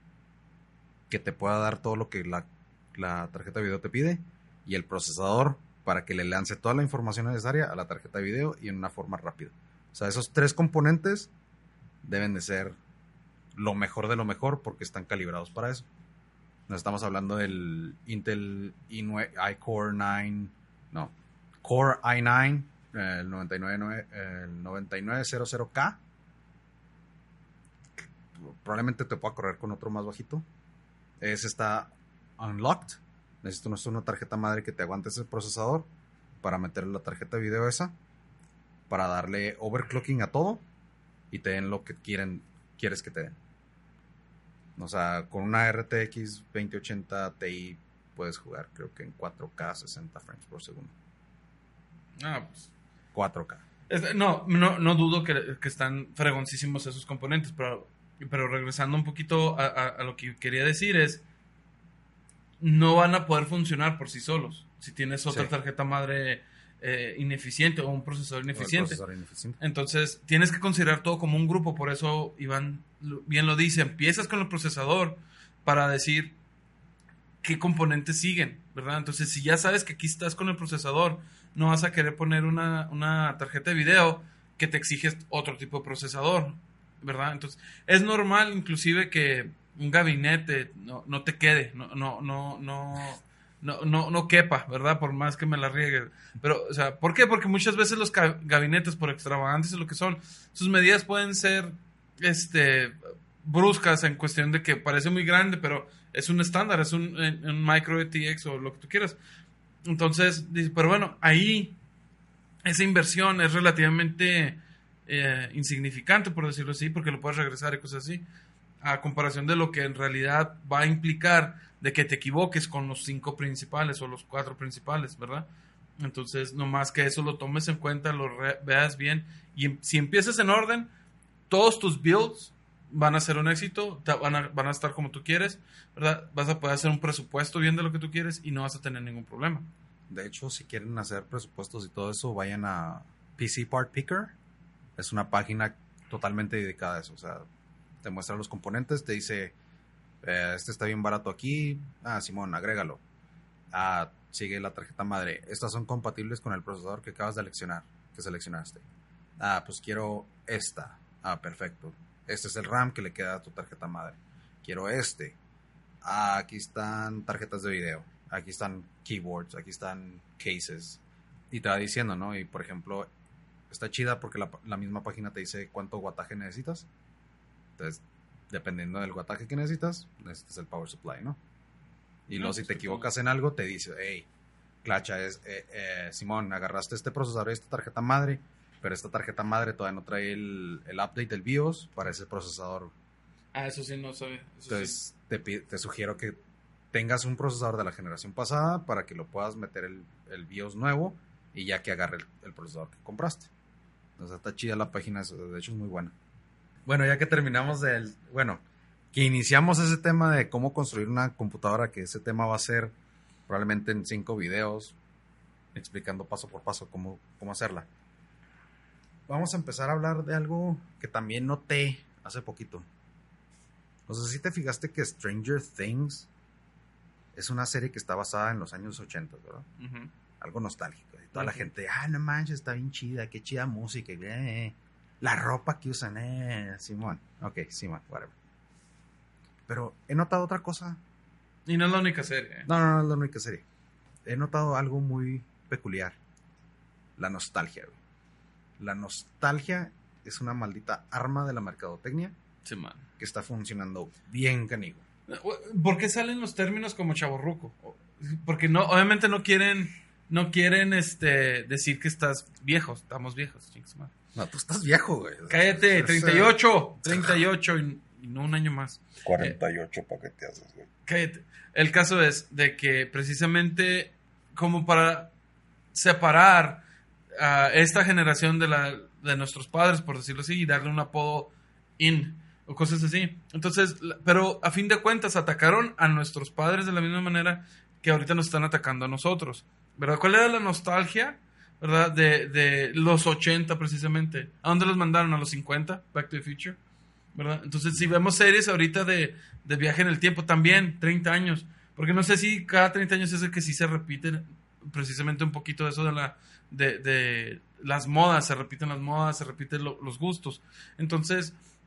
que te pueda dar todo lo que la, la tarjeta de video te pide y el procesador para que le lance toda la información necesaria a la tarjeta de video y en una forma rápida. O sea, esos tres componentes deben de ser lo mejor de lo mejor porque están calibrados para eso. Nos estamos hablando del Intel i nueve, iCore nueve, no, Core i nueve, el noventa y nueve, el noventa y nueve cero cero K. Probablemente te pueda correr con otro más bajito. Ese está unlocked. Necesito una tarjeta madre que te aguante ese procesador para meterle la tarjeta de video esa, para darle overclocking a todo y te den lo que quieren, quieres que te den. O sea, con una R T X veinte ochenta Ti puedes jugar, creo que en cuatro K, sesenta frames por segundo. Ah, pues. cuatro K. Es, no, no, no dudo que, que están fregoncísimos esos componentes, pero, pero regresando un poquito a, a, a lo que quería decir es, no van a poder funcionar por sí solos. Si tienes otra sí. tarjeta madre eh, ineficiente o un procesador ineficiente. procesador ineficiente. Entonces, tienes que considerar todo como un grupo. Por eso, Iván bien lo dice, empiezas con el procesador para decir qué componentes siguen, ¿verdad? Entonces, si ya sabes que aquí estás con el procesador, no vas a querer poner una, una tarjeta de video que te exige otro tipo de procesador, ¿verdad? Entonces, es normal inclusive que un gabinete no, no te quede, no, no, no, no, no, no, no quepa, ¿verdad? Por más que me la riegue. Pero, o sea, ¿por qué? Porque muchas veces los gabinetes, por extravagantes o lo que son, sus medidas pueden ser este bruscas en cuestión de que parece muy grande, pero es un estándar, es un, un micro A T X o lo que tú quieras. Entonces, pero bueno, ahí esa inversión es relativamente eh, insignificante, por decirlo así, porque lo puedes regresar y cosas así, a comparación de lo que en realidad va a implicar de que te equivoques con los cinco principales o los cuatro principales, ¿verdad? Entonces, nomás que eso lo tomes en cuenta, lo re- veas bien, y si empiezas en orden, todos tus builds van a ser un éxito, van a, van a estar como tú quieres, ¿verdad? Vas a poder hacer un presupuesto bien de lo que tú quieres y no vas a tener ningún problema. De hecho, si quieren hacer presupuestos y todo eso, vayan a P C Part Picker. Es una página totalmente dedicada a eso. O sea, te muestra los componentes, te dice, eh, este está bien barato aquí. Ah, Simón, agrégalo. Ah, sigue la tarjeta madre. Estas son compatibles con el procesador que acabas de seleccionar, que seleccionaste. Ah, pues quiero esta. Ah, perfecto. Este es el RAM que le queda a tu tarjeta madre. Quiero este. Ah, aquí están tarjetas de video. Aquí están keyboards. Aquí están cases. Y te va diciendo, ¿no? Y por ejemplo, está chida porque la, la misma página te dice cuánto wattaje necesitas. Entonces, dependiendo del wattaje que necesitas, necesitas el power supply, ¿no? Y luego, no, si te equivocas en algo, te dice, hey, clacha, es, eh, eh, Simón, agarraste este procesador y esta tarjeta madre, pero esta tarjeta madre todavía no trae el, el update del BIOS para ese procesador. Ah, eso sí no sabe. Eso Entonces, sí. te, te sugiero que tengas un procesador de la generación pasada para que lo puedas meter el, el BIOS nuevo y ya que agarre el, el procesador que compraste. O sea, está chida la página, de hecho es muy buena. Bueno, ya que terminamos del... Bueno, que iniciamos ese tema de cómo construir una computadora, que ese tema va a ser probablemente en cinco videos explicando paso por paso cómo, cómo hacerla. Vamos a empezar a hablar de algo que también noté hace poquito. No sé si te fijaste que Stranger Things es una serie que está basada en los años ochenta, ¿verdad? Uh-huh. Algo nostálgico. Y toda uh-huh. la gente, ah, no manches, está bien chida, qué chida música. Eh, la ropa que usan, eh, Simón. Ok, Simón, whatever. Pero he notado otra cosa. Y no es la única serie. ¿eh? No, no, no es la única serie. He notado algo muy peculiar. La nostalgia, güey. La nostalgia es una maldita arma de la mercadotecnia. Sí, man. Que está funcionando bien canigo. ¿Por qué salen los términos como chavorruco? Porque no, obviamente no quieren, no quieren este decir que estás viejo. Estamos viejos, chicos, man. No, tú estás viejo, güey. Cállate, treinta y ocho. treinta y ocho y, y no un año más. cuarenta y ocho, eh, ¿para qué te haces, güey? Cállate. El caso es de que precisamente como para separar a esta generación de la de nuestros padres, por decirlo así, y darle un apodo in o cosas así. Entonces, pero a fin de cuentas atacaron a nuestros padres de la misma manera que ahorita nos están atacando a nosotros, ¿verdad? ¿Cuál era la nostalgia, verdad? De, de los ochenta precisamente. ¿A dónde los mandaron? ¿A los cincuenta? Back to the Future, ¿verdad? Entonces, si vemos series ahorita de, de viaje en el tiempo, también treinta años, porque no sé si cada treinta años es el que sí se repite precisamente un poquito de eso de la de, de las modas, se repiten las modas, se repiten lo, los gustos. Entonces,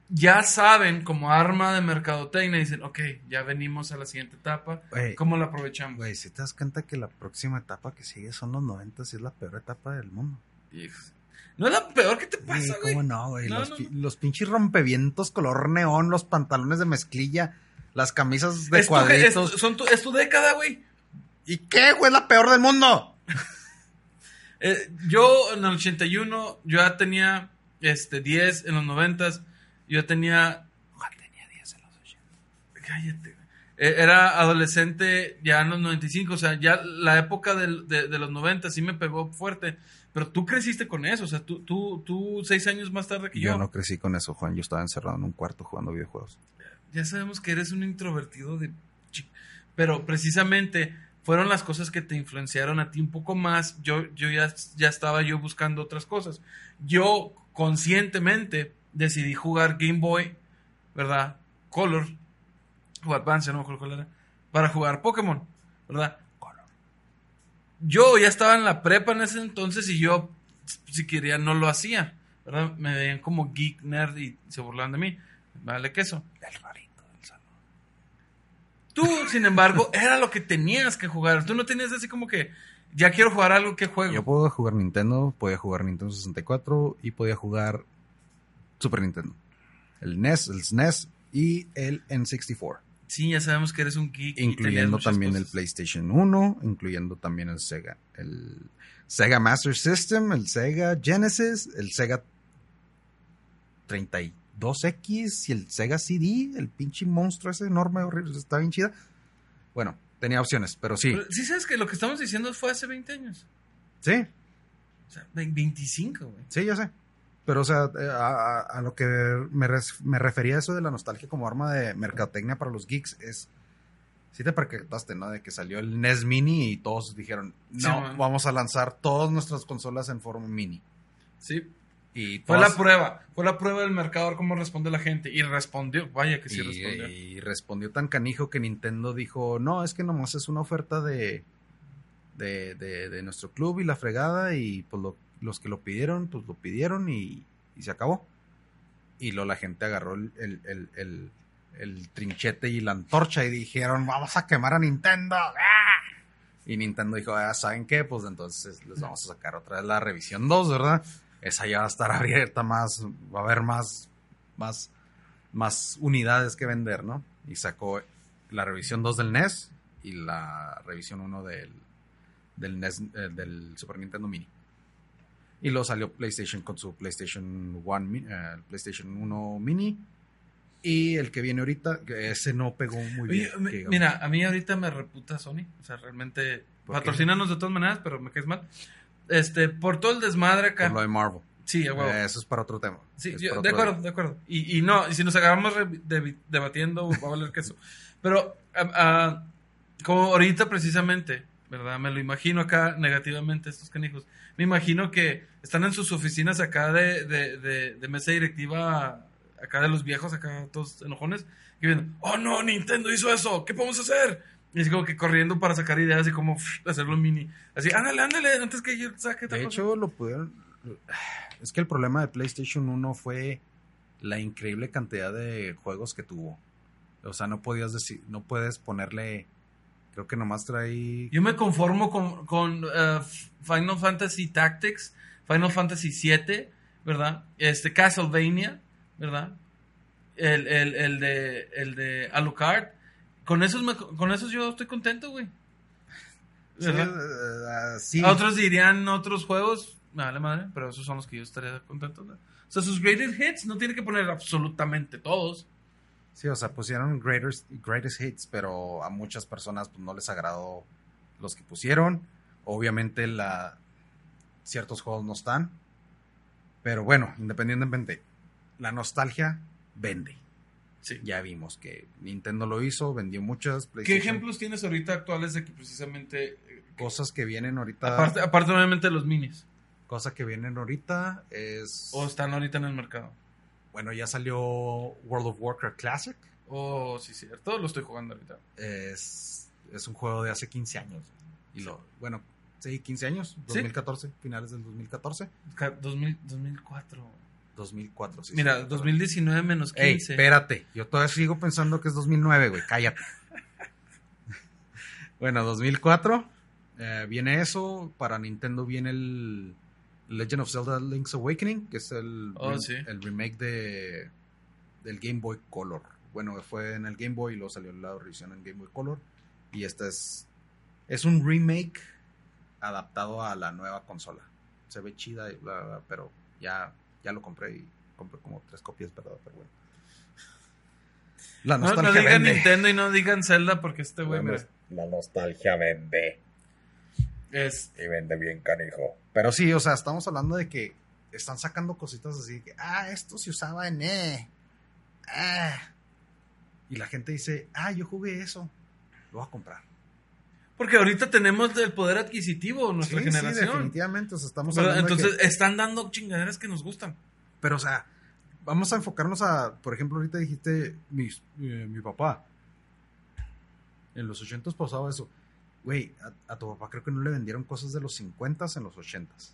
ya saben como arma de mercadotecnia, dicen, ok, ya venimos a la siguiente etapa, Wey, ¿cómo la aprovechamos? Güey, si te das cuenta que la próxima etapa que sigue son los noventas y es la peor etapa del mundo. Hijos. No es la peor que te pasa, güey. ¿Cómo no, güey? No, los, no, pi- no. los pinches rompevientos color neón, los pantalones de mezclilla, las camisas de Es tu, es, cuadritos. son tu, es tu década, güey. ¿Y qué, güey? Es la peor del mundo. Eh, yo en el ochenta y uno, yo ya tenía este, diez en los noventas, yo tenía... Juan tenía diez en los ochenta. Cállate, güey. Eh, era adolescente ya en los noventa y cinco, o sea, ya la época del- de, de los noventa sí me pegó fuerte, pero tú creciste con eso, o sea, tú, tú, tú seis años más tarde que yo. Yo no crecí con eso, Juan. Yo estaba encerrado en un cuarto jugando videojuegos. Ya sabemos que eres un introvertido de... chi- Pero precisamente fueron las cosas que te influenciaron a ti un poco más. Yo, yo ya, ya estaba yo buscando otras cosas. Yo conscientemente decidí jugar Game Boy, ¿verdad? Color, o Advance, no me acuerdo cuál era, para jugar Pokémon, ¿verdad? Yo ya estaba en la prepa en ese entonces y yo, si quería, no lo hacía, ¿verdad? Me veían como geek, nerd y se burlaban de mí. Vale, queso. El rarito del salón. Tú, sin embargo, era lo que tenías que jugar. Tú no tenías así como que, ya quiero jugar algo que juego. Yo podía jugar Nintendo, podía jugar Nintendo sesenta y cuatro y podía jugar Super Nintendo. El N E S, el S N E S y el N sesenta y cuatro. Sí, ya sabemos que eres un geek. y tenías Incluyendo muchas también el cosas. PlayStation uno, incluyendo también el Sega. El Sega Master System, el Sega Genesis, el Sega treinta y dos equis y el Sega C D, el pinche monstruo ese enorme, horrible, está bien chida. Bueno, tenía opciones, pero sí. Pero sí sabes que lo que estamos diciendo fue hace veinte años. Sí, O sea, ve- veinticinco, güey. sí, yo sé. Pero, o sea, eh, a, a- a lo que me, res- me refería eso de la nostalgia como arma de mercadotecnia para los geeks es... Sí te percataste, ¿no? De que salió el N E S Mini y todos dijeron, Sí, no, man. vamos a lanzar todas nuestras consolas en forma mini. Sí. Y Fue todas- la prueba. Fue la prueba del mercado, a ver cómo responde la gente. Y respondió. Vaya que sí y, respondió. y respondió tan canijo que Nintendo dijo, no, es que nomás es una oferta de, de, de, de nuestro club y la fregada y pues lo- los que lo pidieron, pues lo pidieron y, y se acabó. Y luego la gente agarró el, el, el, el, el trinchete y la antorcha y dijeron, vamos a quemar a Nintendo. ¡Ah! Y Nintendo dijo, ah, ¿saben qué? Pues entonces les vamos a sacar otra vez la revisión dos, ¿verdad? Esa ya va a estar abierta más, va a haber más, más, más unidades que vender, ¿no? Y sacó la revisión dos del N E S y la revisión uno del, del, N E S, eh, del Super Nintendo Mini. Y luego salió PlayStation con su PlayStation uno, mi- eh, el PlayStation uno Mini. Y el que viene ahorita, que ese no pegó muy Oye, bien. me- que digamos. mira, a mí ahorita me reputa Sony. O sea, realmente ¿Por qué? patrocínanos de todas maneras, pero me caes mal. Este, por todo el desmadre acá. Por lo de Marvel. Sí, a huevo. Eh, eso es para otro tema. Sí, Es yo- para de otro acuerdo, día. de acuerdo. Y, y no, y si nos agarramos re- de- debatiendo, va a valer queso. Pero, ah, ah, como ahorita precisamente, ¿verdad? Me lo imagino acá negativamente estos canijos. Me imagino que están en sus oficinas acá de, de, de, de mesa directiva, acá de los viejos, acá todos enojones, y viendo, oh no, Nintendo hizo eso, ¿qué podemos hacer? Y así como que corriendo para sacar ideas y como pff, hacerlo mini. Así, ándale, ándale, antes que yo saque otra De cosa". hecho, lo pudieron. Es que el problema de PlayStation uno fue la increíble cantidad de juegos que tuvo. O sea, no podías decir, no puedes ponerle. Creo que nomás trae. Yo me conformo con, con eh, Final Fantasy Tactics, Final Fantasy siete, ¿verdad? Este Castlevania, ¿verdad? El, el, el de el de Alucard. Con esos me- con esos yo estoy contento, güey. Sí, ¿Verdad? eh, sí. A otros dirían otros juegos, me vale madre, pero esos son los que yo estaría contento. ¿no? O sea, sus greatest hits no tiene que poner absolutamente todos. Sí, o sea, pusieron greatest, greatest hits, pero a muchas personas pues, no les agradó los que pusieron. Obviamente la ciertos juegos no están. Pero bueno, independientemente, la nostalgia vende. Sí. Ya vimos que Nintendo lo hizo, vendió muchas. ¿Qué PlayStation, ejemplos tienes ahorita actuales de que precisamente... eh, Cosas que vienen ahorita. Aparte, aparte obviamente de los minis. Cosa que vienen ahorita es. O están ahorita en el mercado. Bueno, ya salió World of Warcraft Classic. Oh, sí, cierto. Lo estoy jugando ahorita. Es, es un juego de hace quince años. Y lo, bueno, sí, quince años, Sí. dos mil catorce, finales del dos mil catorce. Ca- dos mil, dos mil cuatro. dos mil cuatro, sí. Mira, sí, dos mil diecinueve menos Ey, quince. espérate. Yo todavía sigo pensando que es dos mil nueve, güey. Cállate. Bueno, dos mil cuatro. Eh, viene eso. Para Nintendo viene el Legend of Zelda Link's Awakening, que es el, Oh, rem- sí. el remake de del Game Boy Color. Bueno, fue en el Game Boy y luego salió la revisión en Game Boy Color. Y esta es es un remake adaptado a la nueva consola. Se ve chida, y bla, bla, pero ya, ya lo compré y compré como tres copias, ¿verdad? Pero bueno. La No, no nostalgia digan vende. Nintendo y no digan Zelda porque este güey, La, mira, nos- la nostalgia vende. es... Y vende bien canijo. Pero sí, o sea, estamos hablando de que están sacando cositas así que, ah, esto se usaba en E. Ah. Y la gente dice, ah, yo jugué eso. Lo voy a comprar. Porque ahorita tenemos el poder adquisitivo, nuestra Sí, sí, generación. definitivamente. O sea, estamos ¿Verdad? hablando de Entonces que- están dando chingaderas que nos gustan. Pero, o sea, vamos a enfocarnos a, por ejemplo, ahorita dijiste mi, eh, mi papá. En los ochentas pasaba eso. Güey, a, a tu papá creo que no le vendieron cosas de los cincuentas en los ochentas.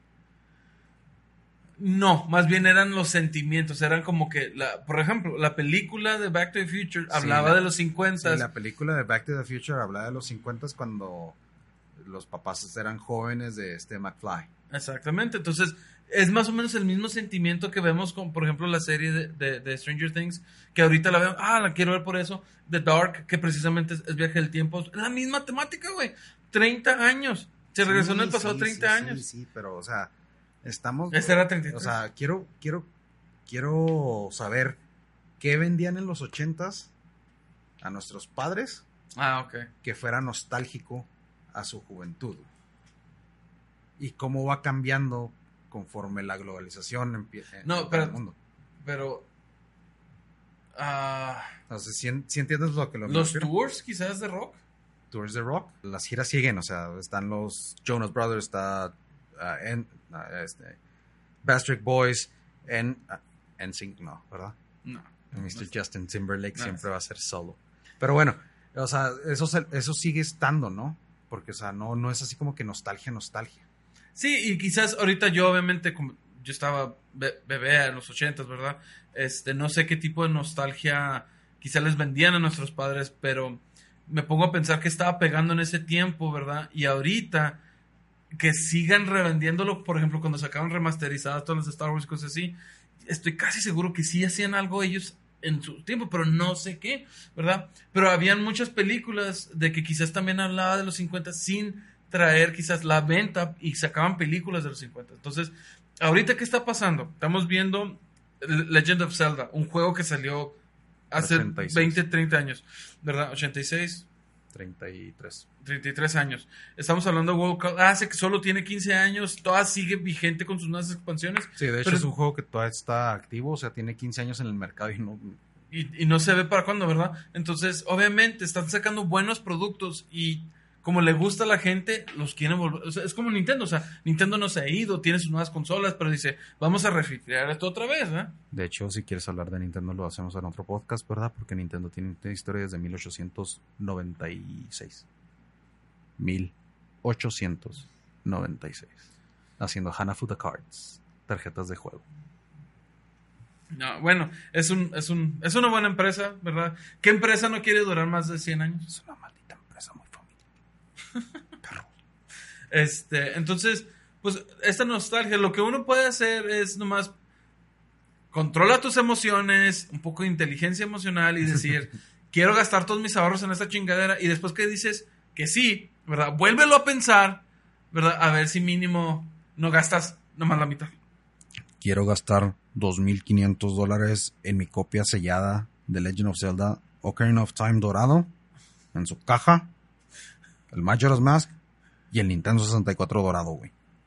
No, más bien eran los sentimientos, eran como que, la, por ejemplo, la película de Back to the Future hablaba la- de los cincuenta. Sí, la película de Back to the Future hablaba de los cincuentas cuando los papás eran jóvenes de este McFly. Exactamente, entonces es más o menos el mismo sentimiento que vemos con, por ejemplo, la serie de, de- de Stranger Things, que ahorita la veo, ah, la quiero ver por eso, The Dark, que precisamente es, es viaje del tiempo, es la misma temática, güey, treinta años, se regresó en el Sí, pasado sí, treinta sí, años. Sí, sí, pero, o sea, estamos... Este era treinta y tres. O sea, quiero, quiero, quiero saber qué vendían en los ochentas a nuestros padres Ah, ok. que fuera nostálgico a su juventud. Y cómo va cambiando conforme la globalización empieza en No, todo pero- el mundo. Pero... ah, Entonces, ¿sí, en- sí entiendes lo que lo me los refiero? tours quizás de rock. Tours de rock. Las giras siguen, o sea, están los Jonas Brothers, está ah, en, ah, este, Backstreet Boys, en uh, N Sync, no, ¿verdad? No. mister Justin Timberlake No, siempre sí. va a ser solo. Pero bueno, o sea, eso, se- eso sigue estando, ¿no? Porque, o sea, no, no es así como que nostalgia, nostalgia. Sí, y quizás ahorita yo obviamente, como yo estaba be- bebé en los ochentas, ¿verdad? Este, no sé qué tipo de nostalgia quizás les vendían a nuestros padres, pero me pongo a pensar que estaba pegando en ese tiempo, ¿verdad? Y ahorita que sigan revendiéndolo, por ejemplo, cuando sacaron remasterizadas todas las de Star Wars y cosas así, estoy casi seguro que sí hacían algo ellos en su tiempo, pero no sé qué, ¿verdad? Pero habían muchas películas de que quizás también hablaba de los cincuenta sin traer quizás la venta y sacaban películas de los cincuenta. Entonces, ahorita, ¿qué está pasando? Estamos viendo Legend of Zelda, un juego que salió hace ochenta y seis. veinte, treinta años, ¿verdad? ochenta y seis, treinta y tres. treinta y tres años. Estamos hablando de World Cup, hace que solo tiene quince años, todavía sigue vigente con sus nuevas expansiones. Sí, de hecho Pero- es un juego que todavía está activo, o sea, tiene quince años en el mercado y no... Y, y no se ve para cuándo, ¿verdad? Entonces, obviamente, están sacando buenos productos y como le gusta a la gente, los quieren volver. O sea, es como Nintendo, o sea, Nintendo no se ha ido, tiene sus nuevas consolas, pero dice, vamos a refrigerar esto otra vez, ¿eh? De hecho, si quieres hablar de Nintendo, lo hacemos en otro podcast, ¿verdad? Porque Nintendo tiene una historia desde mil ochocientos noventa y seis. mil ochocientos noventa y seis. Haciendo Hanafuda Cards, tarjetas de juego. No, bueno, es un, es un, es una buena empresa, ¿verdad? ¿Qué empresa no quiere durar más de cien años? Es una maldita empresa muy familiar. Perro. Este, entonces, pues, esta nostalgia, lo que uno puede hacer es nomás controla tus emociones, un poco de inteligencia emocional y decir, quiero gastar todos mis ahorros en esta chingadera, y después que dices que sí, ¿verdad? Vuélvelo a pensar, ¿verdad? A ver si mínimo no gastas nomás la mitad. Quiero gastar dos mil quinientos dólares en mi copia sellada de Legend of Zelda Ocarina of Time dorado, en su caja, el Majora's Mask y el Nintendo sesenta y cuatro dorado, güey.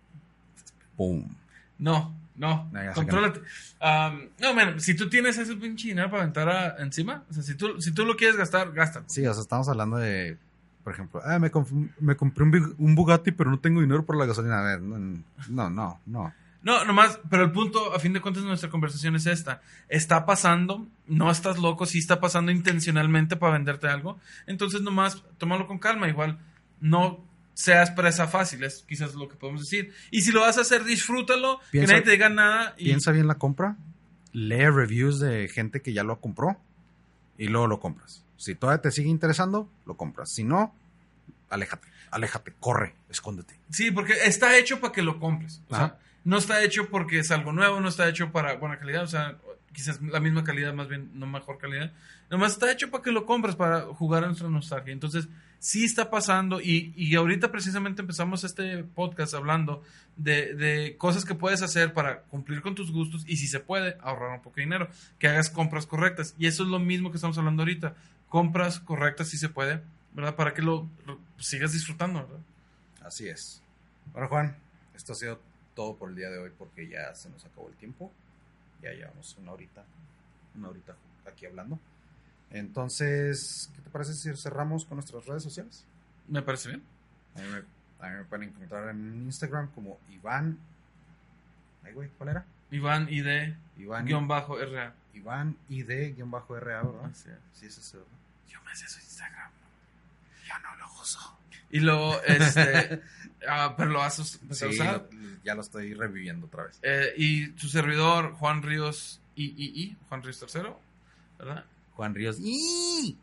Pum. No, no, No, ya sé contrólate. Um, no, man, si tú tienes ese pinche dinero para aventar a- encima, o sea, si tú, si tú lo quieres gastar, gástalo. Sí, o sea, estamos hablando de, por ejemplo, ah, me, comp- me compré un, Bug- un Bugatti, pero no tengo dinero por la gasolina. A ver, no, no, no. no. No, nomás, pero el punto, a fin de cuentas, de nuestra conversación es esta. Está pasando, no estás loco, sí está pasando intencionalmente para venderte algo. Entonces, nomás, tómalo con calma. Igual, no seas presa fácil, es quizás lo que podemos decir. Y si lo vas a hacer, disfrútalo, Piensa- que nadie te diga nada. Y, Piensa bien la compra, lee reviews de gente que ya lo compró y luego lo compras. Si todavía te sigue interesando, lo compras. Si no, aléjate, aléjate, corre, escóndete. Sí, porque está hecho para que lo compres. O sea, Ajá. no está hecho porque es algo nuevo, no está hecho para buena calidad, o sea, quizás la misma calidad, más bien, no mejor calidad. Nomás está hecho para que lo compres, para jugar a nuestra nostalgia. Entonces, sí está pasando y, y ahorita precisamente empezamos este podcast hablando de, de cosas que puedes hacer para cumplir con tus gustos y si se puede, ahorrar un poco de dinero, que hagas compras correctas. Y eso es lo mismo que estamos hablando ahorita. Compras correctas si se puede, ¿verdad? Para que lo, lo sigas disfrutando, ¿verdad? Así es. Bueno, Juan, esto ha sido todo por el día de hoy porque ya se nos acabó el tiempo. Ya llevamos una horita, una horita aquí hablando. Entonces, ¿qué te parece si cerramos con nuestras redes sociales? Me parece bien. A mí me, a mí me pueden encontrar en Instagram como Iván. Ay, güey, ¿cuál era? Iván I D Iván, guión bajo R A. Iván I D guión bajo R A, ¿verdad? Así es. Sí, es ese, ¿verdad? Yo me sé su Instagram. Yo no lo uso. Y luego, este, ah, pero lo vas a us- empezar a Sí, usar. lo- ya lo estoy reviviendo otra vez. Eh, y su servidor, Juan Ríos I I I, Juan Ríos tercero, ¿verdad? Juan Ríos. ¡Y!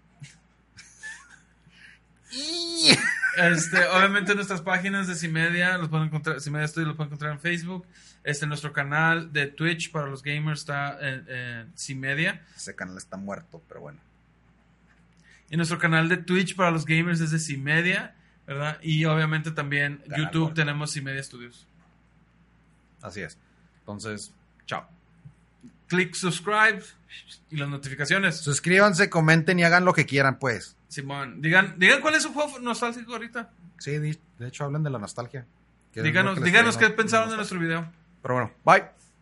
Este, obviamente nuestras páginas de Cimedia los pueden encontrar, Cimedia Studio los pueden encontrar en Facebook. Este, nuestro canal de Twitch para los gamers está en, en Cimedia. Ese canal está muerto, pero bueno. Y nuestro canal de Twitch para los gamers es de Cimedia, ¿verdad? Y obviamente también Canal YouTube muerto. tenemos Cimedia Studios. Así es. Entonces, chao. Click subscribe y las notificaciones. Suscríbanse, comenten y hagan lo que quieran, pues. Simón, digan, digan cuál es su juego nostálgico ahorita. Sí, de de hecho hablan de la nostalgia. Que es lo Díganos, que les díganos trae, qué ¿no? pensaron de Nostalgia. nuestro video. Pero bueno, bye.